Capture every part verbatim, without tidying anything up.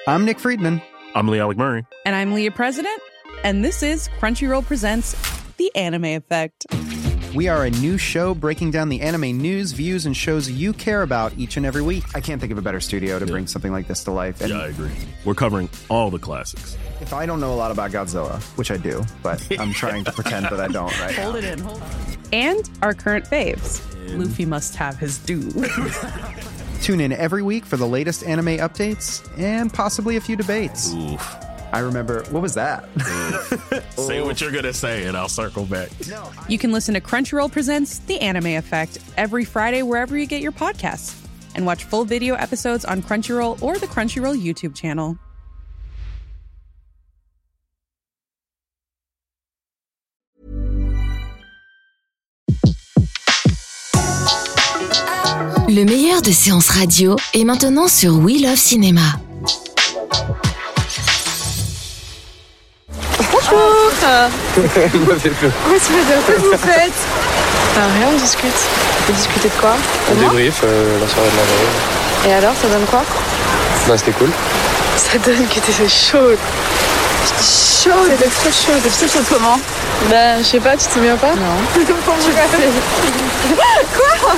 I'm Nick Friedman. I'm Lee Alec Murray. And I'm Leah President. And this is Crunchyroll Presents The Anime Effect. We are a new show breaking down the anime news, views, and shows you care about each and every week. I can't think of a better studio to yeah. bring something like this to life. And yeah, I agree. We're covering all the classics. If I don't know a lot about Godzilla, which I do, but I'm trying to pretend that I don't right Hold now. it in, hold it. And our current faves. And Luffy must have his due. Tune in every week for the latest anime updates and possibly a few debates. Oof. I remember, what was that? Say what you're going to say and I'll circle back. You can listen to Crunchyroll Presents The Anime Effect every Friday wherever you get your podcasts. And watch full video episodes on Crunchyroll or the Crunchyroll YouTube channel. Le meilleur de séances radio est maintenant sur We Love Cinéma. Bonjour. Pourquoi tu fais peur? Qu'est-ce que vous faites? Ah, rien, on discute. On peut discuter de quoi? On débrief euh, la soirée de la veille. Et alors, ça donne quoi? Bah, c'était cool. Ça donne que t'étais chaude. J'étais chaude. C'était très chaude. C'était chaude comment? Bah, je sais pas, tu te souviens pas? Non. Quoi?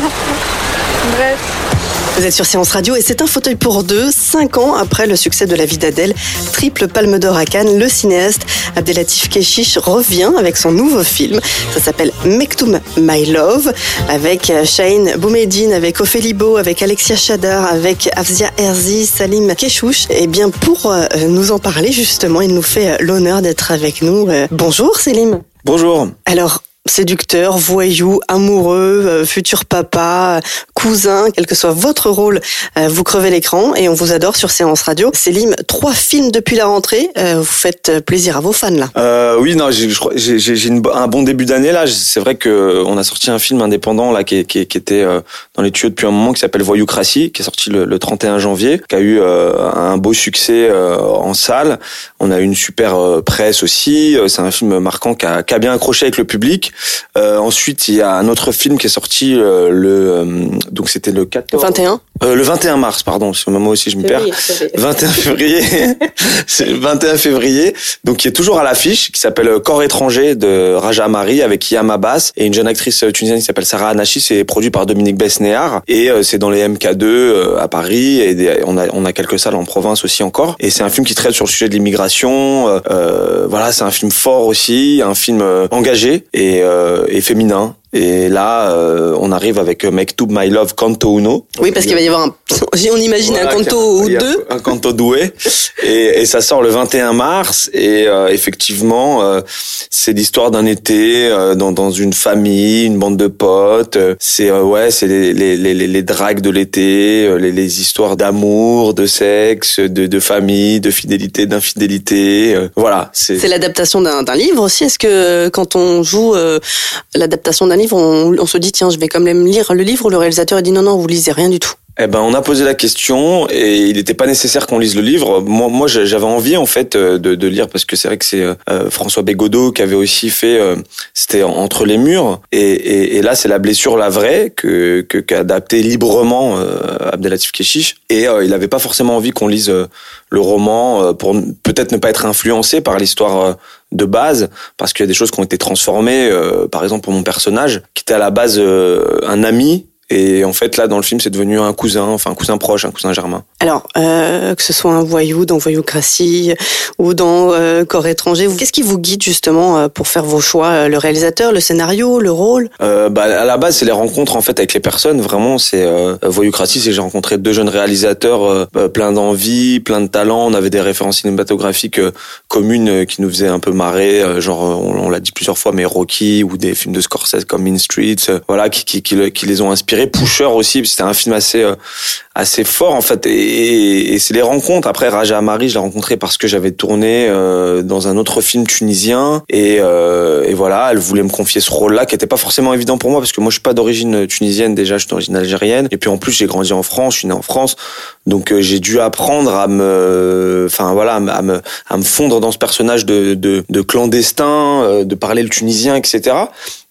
Bref. Vous êtes sur Séance Radio et c'est un fauteuil pour deux. Cinq ans après le succès de La vie d'Adèle, triple palme d'or à Cannes, le cinéaste Abdelatif Kechiche revient avec son nouveau film. Ça s'appelle Mektoum My Love, avec Shahin Boumediene, avec Ophélie Beau, avec Alexia Chadar, avec Afzia Herzi, Salim Keshouch. Et bien pour nous en parler justement, il nous fait l'honneur d'être avec nous. Bonjour Selim. Bonjour. Alors, séducteur, voyou, amoureux, euh, futur papa, cousin, quel que soit votre rôle, euh, vous crevez l'écran et on vous adore sur Séance Radio. Selim, trois films depuis la rentrée, euh, vous faites plaisir à vos fans là. Euh, oui, non, j'ai, j'ai, j'ai une, un bon début d'année là. C'est vrai que on a sorti un film indépendant là qui, qui, qui était euh, dans les tuyaux depuis un moment, qui s'appelle Voyoucratie, qui est sorti le, le trente et un janvier, qui a eu euh, un beau succès euh, en salle. On a eu une super euh, presse aussi. C'est un film marquant qui a, qui a bien accroché avec le public. Euh, ensuite, il y a un autre film qui est sorti euh, le euh, donc c'était le quatorze vingt et un euh, le vingt et un mars, pardon, parce que moi aussi je me perds. vingt et un février C'est le vingt et un février, donc qui est toujours à l'affiche, qui s'appelle Corps étranger de Raja Amari avec Iyam Abbas et une jeune actrice tunisienne qui s'appelle Sarah Anachi. C'est produit par Dominique Besnéard et euh, c'est dans les M K deux euh, à Paris et des, on a on a quelques salles en province aussi encore. Et c'est un film qui traite sur le sujet de l'immigration. Euh, euh, voilà, c'est un film fort aussi, un film euh, engagé et euh, et féminin. Et là, euh, on arrive avec Mektoum My Love Canto Uno. Oui, parce qu'il va y avoir un, on imagine voilà, un canto ou deux. Un canto doué. Et, et ça sort le vingt et un mars. Et euh, effectivement, euh, c'est l'histoire d'un été euh, dans, dans une famille, une bande de potes. C'est euh, ouais, c'est les, les, les, les dragues de l'été, les, les histoires d'amour, de sexe, de, de famille, de fidélité, d'infidélité. Euh, voilà. C'est, c'est l'adaptation d'un, d'un livre aussi. Est-ce que quand on joue euh, l'adaptation d'un livre, On, on se dit tiens je vais quand même lire le livre, ou le réalisateur a dit non non vous lisez rien du tout? Eh ben, on a posé la question et il n'était pas nécessaire qu'on lise le livre. Moi, moi, j'avais envie en fait de, de lire parce que c'est vrai que c'est euh, François Bégodeau qui avait aussi fait. Euh, c'était Entre les murs et, et, et là, c'est La blessure, la vraie que que qu'a adapté librement euh, Abdelatif Kechiche et euh, il n'avait pas forcément envie qu'on lise euh, le roman euh, pour peut-être ne pas être influencé par l'histoire. Euh, de base, parce qu'il y a des choses qui ont été transformées, euh, par exemple pour mon personnage, qui était à la base euh, un ami, et en fait là dans le film c'est devenu un cousin, enfin un cousin proche, un cousin germain. Alors, euh, que ce soit un voyou dans Voyoucratie ou dans euh, Corps étranger, qu'est-ce qui vous guide justement euh, pour faire vos choix? Le réalisateur, le scénario, le rôle? euh, bah, À la base, c'est les rencontres en fait avec les personnes. Vraiment, c'est euh, Voyoucratie, c'est que j'ai rencontré deux jeunes réalisateurs euh, plein d'envie, plein de talent. On avait des références cinématographiques euh, communes euh, qui nous faisaient un peu marrer. Euh, genre, on, on l'a dit plusieurs fois, mais Rocky ou des films de Scorsese comme Mean Streets, euh, voilà, qui, qui, qui, qui les ont inspirés. Pusher aussi, c'était un film assez... Euh, assez fort en fait et, et c'est les rencontres. Après Raja Amari, je l'ai rencontré parce que j'avais tourné euh, dans un autre film tunisien et, euh, et voilà, elle voulait me confier ce rôle-là qui était pas forcément évident pour moi parce que moi je suis pas d'origine tunisienne, déjà je suis d'origine algérienne et puis en plus j'ai grandi en France, je suis né en France, donc euh, j'ai dû apprendre à me, enfin voilà, à me à me fondre dans ce personnage de de, de clandestin, euh, de parler le tunisien, et cetera.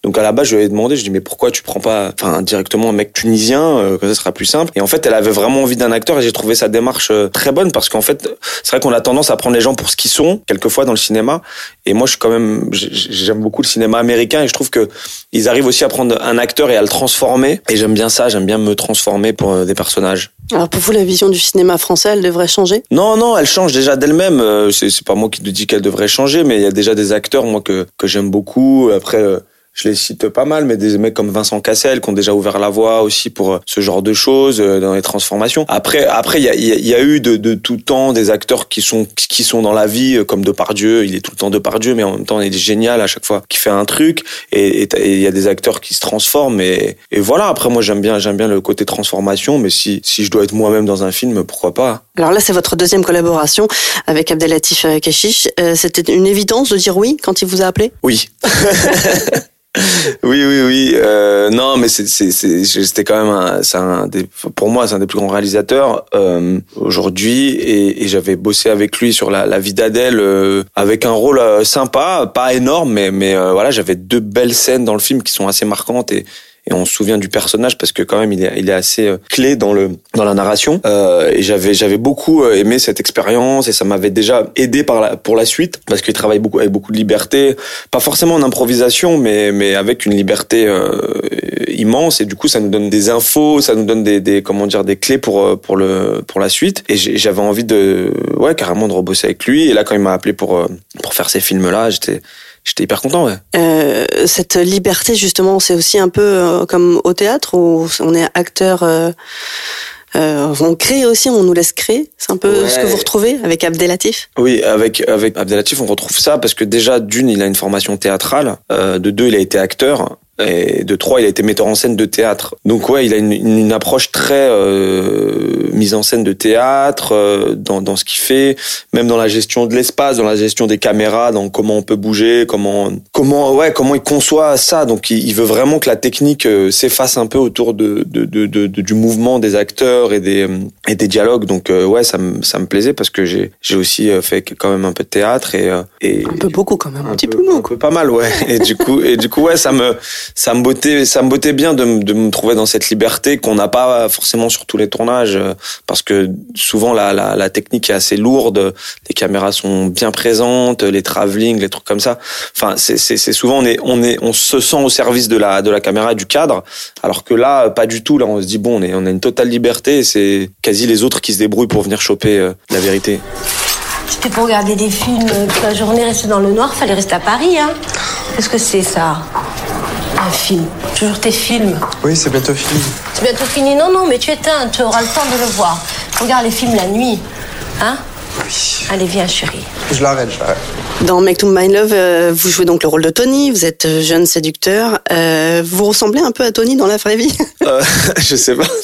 Donc à la base, je lui ai demandé, je dis mais pourquoi tu prends pas, enfin directement un mec tunisien, euh, que ça sera plus simple. Et en fait, elle avait vraiment envie d'un acteur et j'ai trouvé sa démarche euh, très bonne parce qu'en fait, c'est vrai qu'on a tendance à prendre les gens pour ce qu'ils sont quelquefois dans le cinéma. Et moi, je suis quand même, j'aime beaucoup le cinéma américain et je trouve que ils arrivent aussi à prendre un acteur et à le transformer. Et j'aime bien ça, j'aime bien me transformer pour euh, des personnages. Alors pour vous, la vision du cinéma français, elle devrait changer ? Non, non, elle change déjà d'elle-même. Euh, c'est, c'est pas moi qui te dis qu'elle devrait changer, mais il y a déjà des acteurs, moi, que, que j'aime beaucoup. Après, euh, je les cite pas mal, mais des mecs comme Vincent Cassel qui ont déjà ouvert la voie aussi pour ce genre de choses euh, dans les transformations. Après, après, il y a, il y a eu de, de tout temps des acteurs qui sont, qui sont dans la vie, comme Depardieu. Il est tout le temps Depardieu, mais en même temps, il est génial à chaque fois qu'il fait un truc. Et il y a des acteurs qui se transforment. Et, et voilà. Après, moi, j'aime bien, j'aime bien le côté transformation, mais si, si je dois être moi-même dans un film, pourquoi pas? Alors là, c'est votre deuxième collaboration avec Abdelatif Kechiche. Euh, c'était une évidence de dire oui quand il vous a appelé? Oui. Oui, oui, oui. Euh, non, mais c'est, c'est, c'est, c'était quand même un, c'est un des, pour moi, c'est un des plus grands réalisateurs euh, aujourd'hui, et, et j'avais bossé avec lui sur la, la vie d'Adèle euh, avec un rôle euh, sympa, pas énorme, mais, mais euh, voilà, j'avais deux belles scènes dans le film qui sont assez marquantes et. Et on se souvient du personnage parce que quand même il est il est assez euh, clé dans le dans la narration. Euh, et j'avais j'avais beaucoup aimé cette expérience et ça m'avait déjà aidé par la pour la suite parce qu'il travaille beaucoup avec beaucoup de liberté, pas forcément en improvisation, mais mais avec une liberté euh, immense. Et du coup ça nous donne des infos, ça nous donne des des comment dire des clés pour pour le pour la suite. Et j'avais envie de ouais carrément de rebosser avec lui. Et là quand il m'a appelé pour pour faire ces films là, j'étais J'étais hyper content, ouais. Euh, cette liberté, justement, c'est aussi un peu euh, comme au théâtre où on est acteur, euh, euh, on crée aussi, on nous laisse créer. C'est un peu ouais. Ce que vous retrouvez avec Abdelatif. Oui, avec avec Abdelatif, on retrouve ça parce que déjà d'une, il a une formation théâtrale, euh, de deux, il a été acteur. Et de trois, il a été metteur en scène de théâtre. Donc ouais, il a une, une, une approche très euh, mise en scène de théâtre euh, dans, dans ce qu'il fait, même dans la gestion de l'espace, dans la gestion des caméras, dans comment on peut bouger, comment comment ouais comment il conçoit ça. Donc il, il veut vraiment que la technique euh, s'efface un peu autour de, de, de, de, de du mouvement des acteurs et des et des dialogues. Donc euh, ouais, ça me ça me plaisait parce que j'ai j'ai aussi fait quand même un peu de théâtre et euh, et un peu beaucoup quand même, un, un petit peu, peu un peu pas mal ouais. Et du coup et du coup ouais, ça me ça me bottait ça me bottait bien de, de me trouver dans cette liberté qu'on n'a pas forcément sur tous les tournages parce que souvent la, la la technique est assez lourde, les caméras sont bien présentes, les travelling, les trucs comme ça. Enfin c'est c'est c'est souvent on est on est on se sent au service de la de la caméra et du cadre, alors que là pas du tout. Là on se dit bon on est on a une totale liberté et c'est quasi les autres qui se débrouillent pour venir choper euh, la vérité. C'était pour regarder des films toute la journée, rester dans le noir, fallait rester à Paris hein. Qu'est-ce que c'est ça? Un film. Toujours tes films. Oui, c'est bientôt fini. C'est bientôt fini? Non, non, mais tu éteins, tu auras le temps de le voir. Regarde les films la nuit. Hein? Oui. Allez, viens, chérie. Je l'arrête, je l'arrête. Dans Make to My Love, euh, vous jouez donc le rôle de Tony, vous êtes jeune séducteur. Euh, vous ressemblez un peu à Tony dans la vraie vie? euh, Je sais pas.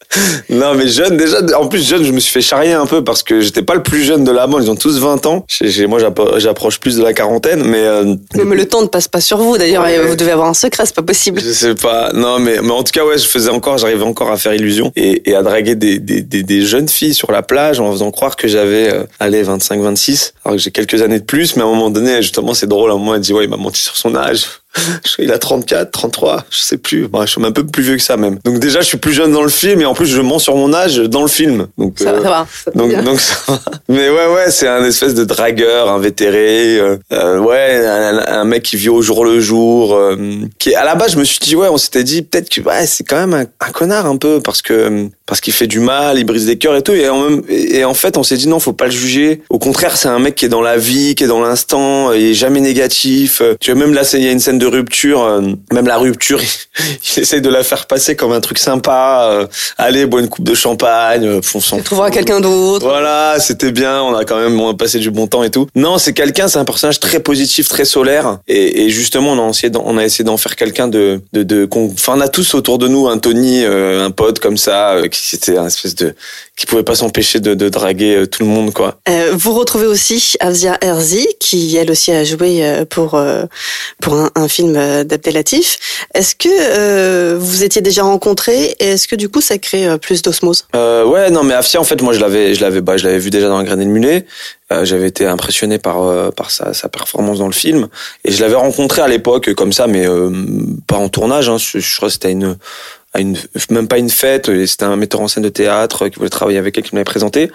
Non mais jeune déjà, en plus jeune je me suis fait charrier un peu parce que j'étais pas le plus jeune de la bande, ils ont tous vingt ans, j'ai, moi j'approche plus de la quarantaine mais... Euh... mais le temps ne passe pas sur vous d'ailleurs, ouais. Vous devez avoir un secret, c'est pas possible. Je sais pas, non mais, mais en tout cas ouais je faisais encore, j'arrivais encore à faire illusion et, et à draguer des, des, des, des jeunes filles sur la plage en faisant croire que j'avais euh, allez vingt-cinq vingt-six alors que j'ai quelques années de plus, mais à un moment donné justement c'est drôle, à un moment elle dit ouais il m'a menti sur son âge. Il a trente-quatre, trente-trois, je sais plus. Bon, je suis un peu plus vieux que ça même. Donc déjà, je suis plus jeune dans le film et en plus, je mens sur mon âge dans le film. Donc ça, euh, ça va. Ça donc donc ça va. Mais ouais ouais, c'est un espèce de dragueur invétéré. Euh, euh, ouais, un, un mec qui vit au jour le jour. Euh, qui à la base, je me suis dit ouais, on s'était dit peut-être que ouais, c'est quand même un, un connard un peu parce que parce qu'il fait du mal, il brise des cœurs et tout. Et en même et en fait, on s'est dit non, faut pas le juger. Au contraire, c'est un mec qui est dans la vie, qui est dans l'instant, il est jamais négatif. Tu vois même là, il y a une scène de rupture, euh, même la rupture, il, il essaye de la faire passer comme un truc sympa. Euh, allez, bois une coupe de champagne, euh, on s'en fout. Tu trouveras quelqu'un d'autre. Voilà, c'était bien, on a quand même on a passé du bon temps et tout. Non, c'est quelqu'un, c'est un personnage très positif, très solaire. Et, et justement, on a essayé, d'en, on a essayé d'en faire quelqu'un de, de, de, enfin, on a tous autour de nous un Tony, euh, un pote comme ça, euh, qui était un espèce de, qui pouvait pas s'empêcher de, de draguer euh, tout le monde, quoi. Euh, vous retrouvez aussi Afzia Herzi, qui elle aussi a joué euh, pour euh, pour un, un film d'Abdelatif. Est-ce que euh, vous étiez déjà rencontrés et est-ce que du coup ça crée euh, plus d'osmose? euh, Ouais, non, mais Afia, en fait, moi je l'avais, je l'avais, bah, je l'avais vu déjà dans Un grain de mulet. Euh, j'avais été impressionné par euh, par sa, sa performance dans le film et je l'avais rencontré à l'époque comme ça, mais euh, pas en tournage. Hein, je, je crois que c'était à une, à une même pas une fête. C'était un metteur en scène de théâtre qui voulait travailler avec elle qui m'avait présenté.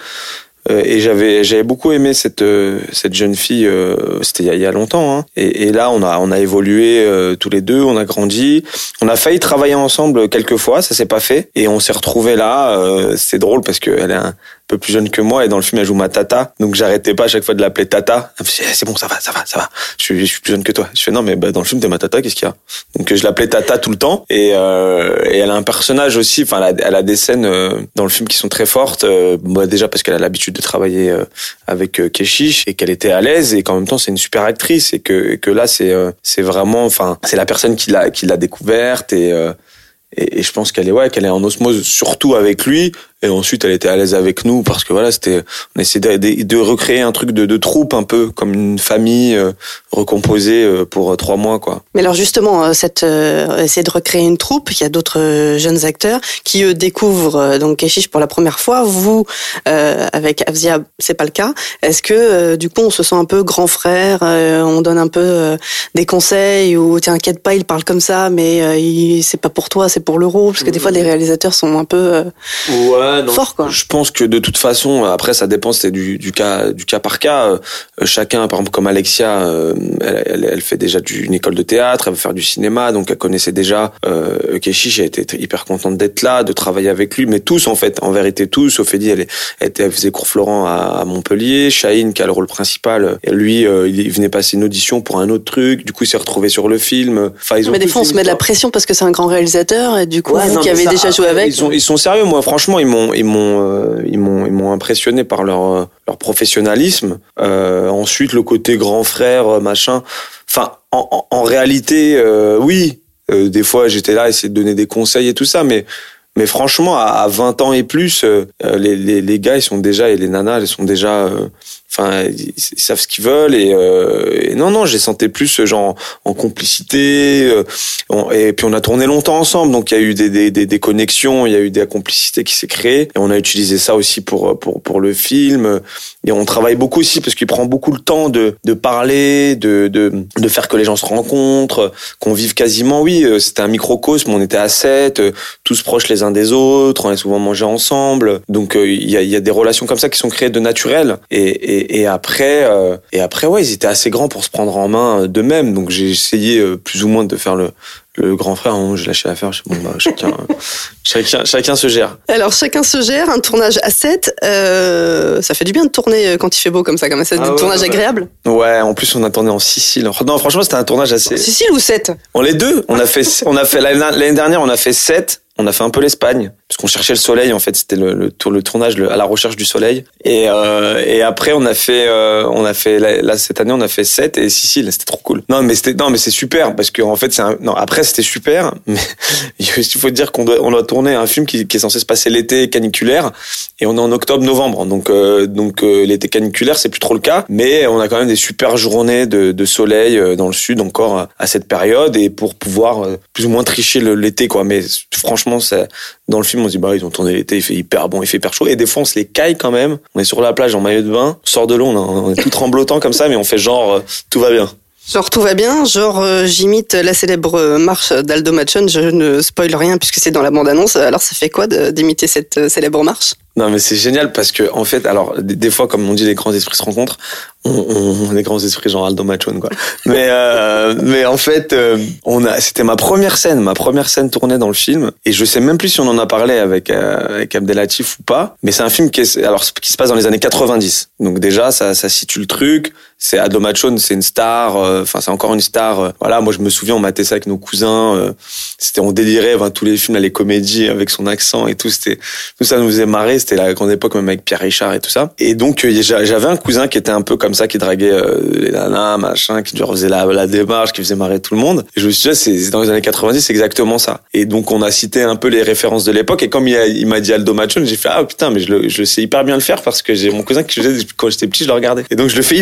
Et j'avais j'avais beaucoup aimé cette cette jeune fille. Euh, c'était il y a, il y a longtemps. Hein. Et, et là, on a on a évolué euh, tous les deux. On a grandi. On a failli travailler ensemble quelques fois. Ça s'est pas fait. Et on s'est retrouvés là. Euh, c'est drôle parce que elle est un peu plus jeune que moi et dans le film elle joue ma tata. Donc j'arrêtais pas à chaque fois de l'appeler tata. Elle me disait, c'est bon, ça va, ça va, ça va. Je suis je suis plus jeune que toi. Je fais non mais bah, dans le film t'es ma tata. Qu'est-ce qu'il y a? Donc je l'appelais tata tout le temps. Et euh, et elle a un personnage aussi. Enfin elle a, elle a des scènes euh, dans le film qui sont très fortes. Euh, moi déjà parce qu'elle a l'habitude de travailler euh, avec euh, Keshish et qu'elle était à l'aise et qu'en même temps c'est une super actrice et que et que là c'est euh, c'est vraiment enfin c'est la personne qui l'a qui l'a découverte et euh, et, et je pense qu'elle est ouais qu'elle est en osmose surtout avec lui. Et ensuite, elle était à l'aise avec nous parce que voilà, c'était, on essayait de, de recréer un truc de, de troupe un peu comme une famille euh, recomposée euh, pour euh, trois mois, quoi. Mais alors justement, cette euh, essayer de recréer une troupe, il y a d'autres euh, jeunes acteurs qui eux découvrent euh, donc Keshish pour la première fois. Vous, euh, avec Afzia, c'est pas le cas. Est-ce que euh, du coup, on se sent un peu grand frère, euh, on donne un peu euh, des conseils ou t'inquiète pas, il parle comme ça, mais euh, il, c'est pas pour toi, c'est pour le rôle, parce que des fois les réalisateurs sont un peu euh, ouais. Non, fort, quoi. Je pense que de toute façon, après ça dépend, c'est du, du cas du cas par cas. Euh, chacun, par exemple comme Alexia, euh, elle, elle, elle fait déjà du, une école de théâtre, elle veut faire du cinéma, donc elle connaissait déjà euh, Keshish, elle était hyper contente d'être là, de travailler avec lui, mais tous en fait, en vérité tous. Ophélie, elle, elle, était, elle faisait cours Florent à, à Montpellier, Chahine qui a le rôle principal, et lui, euh, il venait passer une audition pour un autre truc, du coup il s'est retrouvé sur le film. Enfin, ils ont mais des fois on se met de la pression parce que c'est un grand réalisateur et du coup ouais, vous non, qui avez ça, déjà joué avec. Ils sont, ils sont sérieux, moi franchement ils m'ont ils m'ont euh, ils m'ont ils m'ont impressionné par leur leur professionnalisme. Euh, ensuite le côté grand frère machin. Enfin en, en, en réalité euh, oui euh, des fois j'étais là à essayer de donner des conseils et tout ça, mais mais franchement à, à vingt ans et plus euh, les les les gars ils sont déjà et les nanas elles sont déjà euh, enfin ils, ils savent ce qu'ils veulent et, euh, et non non je les sentais plus genre en complicité euh, on, et puis on a tourné longtemps ensemble donc il y a eu des des des, des connexions, il y a eu des complicités qui s'est créées et on a utilisé ça aussi pour pour pour le film et on travaille beaucoup aussi parce qu'il prend beaucoup le temps de de parler de de de faire que les gens se rencontrent, qu'on vive quasiment oui c'était un microcosme, on était à sept tous proches les uns des autres, on a souvent mangé ensemble donc il y a il y a des relations comme ça qui sont créées de naturel et et Et, et après, euh, et après, ouais, ils étaient assez grands pour se prendre en main d'eux-mêmes. Donc j'ai essayé euh, plus ou moins de faire le, le grand frère. Hein, j'ai lâché l'affaire. Bon, bah, chacun, chacun, chacun se gère. Alors chacun se gère. Un tournage à sept, euh, ça fait du bien de tourner quand il fait beau comme ça, comme ça, ah, un ouais, tournage ouais. agréable. Ouais, en plus on a tourné en Sicile. Non, franchement, c'était un tournage assez. Sicile ou sept? On les deux. On a fait, on a fait l'année dernière, on a fait sept. On a fait un peu l'Espagne parce qu'on cherchait le soleil en fait, c'était le, le tour le tournage le, à la recherche du soleil et euh, et après on a fait euh, on a fait là, là cette année on a fait sept et Sicile, c'était trop cool. Non mais c'était non mais c'est super parce que en fait c'est un, non après c'était super mais il faut dire qu'on doit on doit tourner un film qui, qui est censé se passer l'été caniculaire et on est en octobre novembre donc euh, donc euh, l'été caniculaire c'est plus trop le cas mais on a quand même des super journées de de soleil dans le sud encore à cette période et pour pouvoir euh, plus ou moins tricher le, l'été quoi mais franchement c'est, dans le film on se dit bah ils ont tourné l'été, il fait hyper bon, il fait hyper chaud et des fois on se les caille quand même, on est sur la plage en maillot de bain, on sort de l'eau, on est tout tremblotant comme ça mais on fait genre euh, tout va bien. Genre tout va bien, genre euh, j'imite la célèbre marche d'Aldo Machon, je ne spoil rien puisque c'est dans la bande-annonce, alors ça fait quoi de, d'imiter cette euh, célèbre marche? Non mais c'est génial parce que en fait alors des, des fois comme on dit les grands esprits se rencontrent on, on, on est grands esprits genre Aldo Machon quoi mais euh, mais en fait euh, on a c'était ma première scène ma première scène tournée dans le film et je sais même plus si on en a parlé avec euh, avec Abdelatif ou pas mais c'est un film qui est alors qui se passe dans les années quatre-vingt-dix donc déjà ça ça situe le truc c'est Aldo Machon c'est une star enfin euh, c'est encore une star euh, voilà moi je me souviens on matait ça avec nos cousins euh, c'était on délirait enfin, tous les films là, les comédies avec son accent et tout c'était tout ça nous faisait marrer c'était la grande époque même avec Pierre Richard et tout ça et donc euh, j'avais un cousin qui était un peu comme ça qui draguait euh, les nanas machin qui leur faisait la, la démarche qui faisait marrer tout le monde et je me suis dit c'est, c'est dans les années quatre-vingt-dix c'est exactement ça et donc on a cité un peu les références de l'époque et comme il, a, il m'a dit Aldo Machon j'ai fait ah putain mais je le, je le sais hyper bien le faire parce que j'ai mon cousin qui faisait quand j'étais petit je le regardais et donc je le fais hyper bien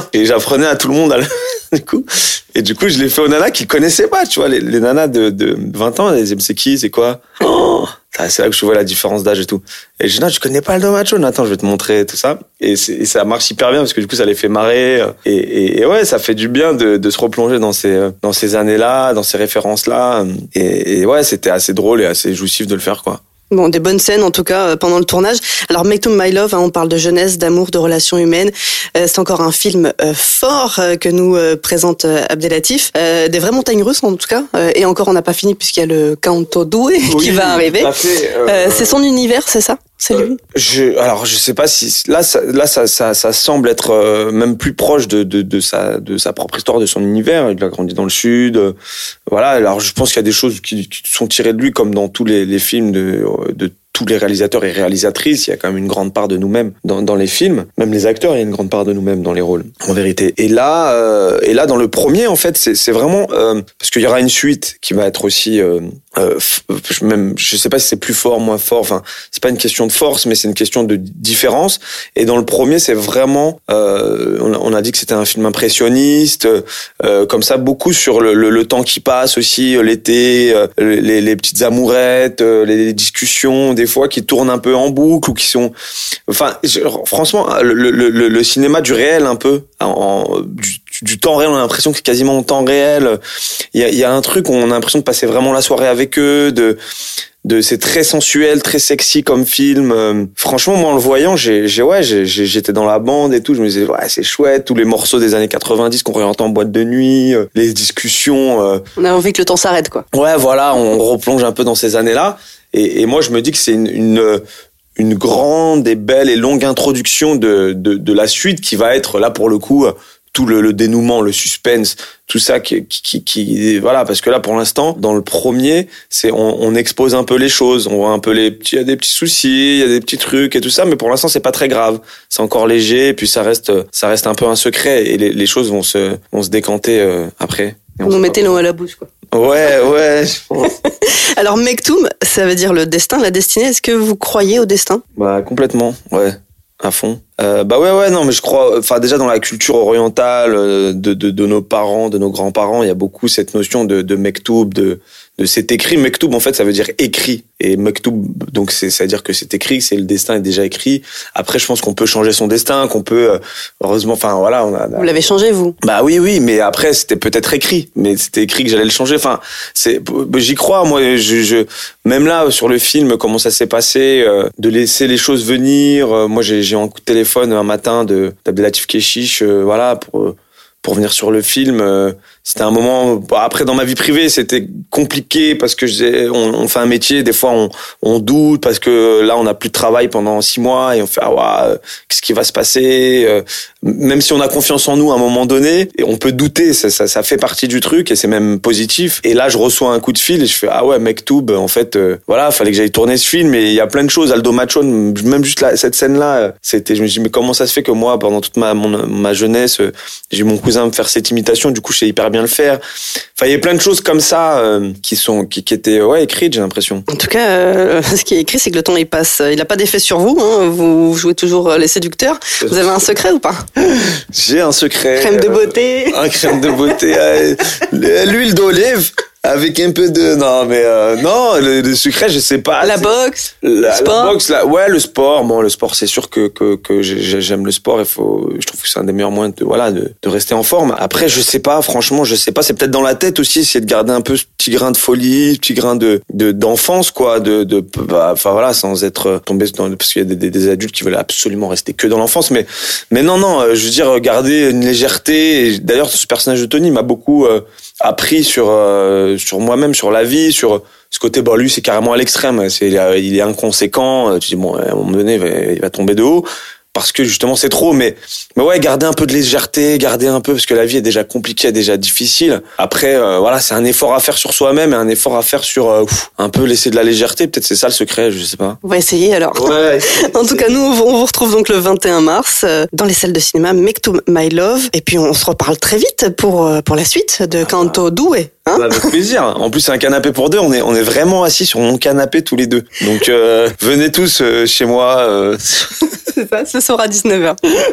Et j'apprenais à tout le monde à le... du coup. Et du coup, je l'ai fait aux nanas qui connaissaient pas, tu vois, les, les nanas de, de vingt ans, elles disaient, c'est qui, c'est quoi? Oh, c'est là que je vois la différence d'âge et tout. Et je dis, non, tu connais pas Aldo Macho? Attends, je vais te montrer tout ça. Et, c'est, et ça marche hyper bien parce que du coup, ça les fait marrer. Et, et, et ouais, ça fait du bien de, de se replonger dans ces, dans ces années-là, dans ces références-là. Et, et ouais, c'était assez drôle et assez jouissif de le faire, quoi. Bon, des bonnes scènes en tout cas euh, pendant le tournage. Alors Make to My Love, hein, on parle de jeunesse, d'amour, de relations humaines. Euh, c'est encore un film euh, fort euh, que nous euh, présente euh, Abdelatif. Euh, des vraies montagnes russes en tout cas. Euh, et encore, on n'a pas fini puisqu'il y a le Canto Due oui, qui va arriver. Fait, euh, euh, c'est son univers, c'est ça? C'est lui. Euh, je, alors je sais pas si là, ça, là, ça, ça, ça semble être euh, même plus proche de, de, de sa, de sa propre histoire, de son univers. Il a grandi dans le sud. Euh, voilà. Alors je pense qu'il y a des choses qui, qui sont tirées de lui, comme dans tous les, les films de, de tous les réalisateurs et réalisatrices. Il y a quand même une grande part de nous-mêmes dans, dans les films. Même les acteurs, il y a une grande part de nous-mêmes dans les rôles, en vérité. Et là, euh, et là, dans le premier, en fait, c'est, c'est vraiment euh, parce qu'il y aura une suite qui va être aussi. Euh, euh, même, je sais pas si c'est plus fort, moins fort. Enfin, c'est pas une question de force, mais c'est une question de différence. Et dans le premier, c'est vraiment. Euh, on, a, on a dit que c'était un film impressionniste, euh, comme ça, beaucoup sur le, le, le temps qui passe aussi, l'été, euh, les, les petites amourettes, euh, les discussions. Des fois qui tournent un peu en boucle ou qui sont enfin je, franchement le, le, le, le cinéma du réel un peu en, du, du temps réel, on a l'impression que c'est quasiment en temps réel. Il y a, il y a un truc où on a l'impression de passer vraiment la soirée avec eux, de de c'est très sensuel, très sexy comme film. Euh, franchement, moi en le voyant, j'ai j'ai ouais, j'ai, j'étais dans la bande et tout, je me disais ouais, c'est chouette, tous les morceaux des années quatre-vingt-dix qu'on réentend en boîte de nuit, euh, les discussions euh... on a envie que le temps s'arrête quoi. Ouais, voilà, on replonge un peu dans ces années-là. Et, et moi, je me dis que c'est une, une, une grande et belle et longue introduction de, de, de la suite qui va être là pour le coup tout le, le dénouement, le suspense, tout ça qui, qui, qui, voilà, parce que là pour l'instant, dans le premier, c'est on, on expose un peu les choses, on voit un peu les petits, il y a des petits soucis, il y a des petits trucs et tout ça, mais pour l'instant c'est pas très grave, c'est encore léger, et puis ça reste, ça reste un peu un secret et les, les choses vont se, vont se décanter euh, après. Vous nous mettez l'eau à la bouche quoi. Ouais, ouais, je pense. Alors, Mektoum, ça veut dire le destin, la destinée. Est-ce que vous croyez au destin? Bah, complètement, ouais, à fond. Euh, bah ouais, ouais, non, mais je crois, enfin, déjà dans la culture orientale de, de, de nos parents, de nos grands-parents, il y a beaucoup cette notion de, de Mektoub, de, de c'est écrit. Mektoub, en fait, ça veut dire écrit. Et Mektoub, donc c'est, ça veut dire que c'est écrit, c'est le destin est déjà écrit. Après, je pense qu'on peut changer son destin, qu'on peut, heureusement, enfin, voilà, on a. Vous l'avez changé, vous? Bah oui, oui, mais après, c'était peut-être écrit. Mais c'était écrit que j'allais le changer. Enfin, c'est, j'y crois, moi, je, je, même là, sur le film, comment ça s'est passé, euh, de laisser les choses venir. Euh, moi, j'ai, j'ai un coup de téléphone un matin de, d'Abdelatif Kechiche, euh, voilà, pour, pour venir sur le film. Euh, C'était un moment. Bon, après, dans ma vie privée, c'était compliqué parce que je, on, on fait un métier. Des fois, on, on doute parce que là, on n'a plus de travail pendant six mois et on fait ah ouais, qu'est-ce qui va se passer? Même si on a confiance en nous à un moment donné, et on peut douter. Ça, ça, ça fait partie du truc et c'est même positif. Et là, je reçois un coup de fil et je fais ah ouais, Mektoub. En fait, euh, voilà, fallait que j'aille tourner ce film. Et il y a plein de choses. Aldo Macho, même juste là, cette scène-là, c'était. Je me dis mais comment ça se fait que moi, pendant toute ma mon, ma jeunesse, j'ai eu mon cousin me faire cette imitation. Du coup, je sais hyper bien le faire. Enfin, il y a plein de choses comme ça euh, qui sont qui, qui étaient ouais écrites, j'ai l'impression. En tout cas, euh, ce qui est écrit, c'est que le temps il passe. Il n'a pas d'effet sur vous. Hein, vous jouez toujours les séducteurs. Vous avez un secret ou pas? J'ai un secret. Crème de beauté. Euh, un crème de beauté. euh, l'huile d'olive. Avec un peu de non mais euh, non le, le secret je sais pas la boxe la, le sport. la boxe là ouais le sport bon le sport c'est sûr que que que j'aime le sport, il faut je trouve que c'est un des meilleurs moyens de voilà de, de rester en forme. Après je sais pas, franchement je sais pas, c'est peut-être dans la tête aussi, essayer de garder un peu ce petit grain de folie, petit grain de de d'enfance quoi, de de bah enfin voilà, sans être tombé dans, parce qu'il y a des, des adultes qui veulent absolument rester que dans l'enfance, mais mais non non je veux dire garder une légèreté. Et d'ailleurs ce personnage de Tony m'a beaucoup euh, appris sur euh, sur moi-même, sur la vie, sur ce côté. Bon, lui, c'est carrément à l'extrême. C'est, il est, il est inconséquent. Tu dis bon, à un moment donné, il va, il va tomber de haut parce que justement c'est trop. Mais, mais ouais, garder un peu de légèreté, garder un peu parce que la vie est déjà compliquée, est déjà difficile. Après, euh, voilà, c'est un effort à faire sur soi-même et un effort à faire sur euh, ouf, un peu laisser de la légèreté. Peut-être c'est ça le secret, je sais pas. On va essayer alors. Ouais. En tout cas, nous, on vous retrouve donc le vingt et un mars euh, dans les salles de cinéma Mektoum My Love. Et puis on se reparle très vite pour euh, pour la suite de Canto Due. Hein, avec plaisir. En plus, c'est un canapé pour deux. On est, on est vraiment assis sur mon canapé tous les deux. Donc, euh, venez tous euh, chez moi. Euh... C'est ça, ce soir à dix-neuf heures.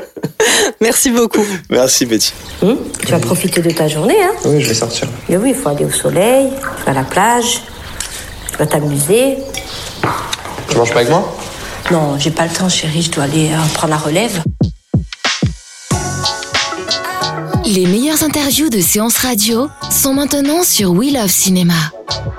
Merci beaucoup. Merci Betty. Hum, tu vas profiter de ta journée, hein? Oui, je vais sortir. Mais oui, il faut aller au soleil, tu vas à la plage, tu vas t'amuser. Tu manges pas avec moi? Non, j'ai pas le temps, chérie, je dois aller euh, prendre la relève. Les meilleures interviews de Séance Radio sont maintenant sur We Love Cinéma.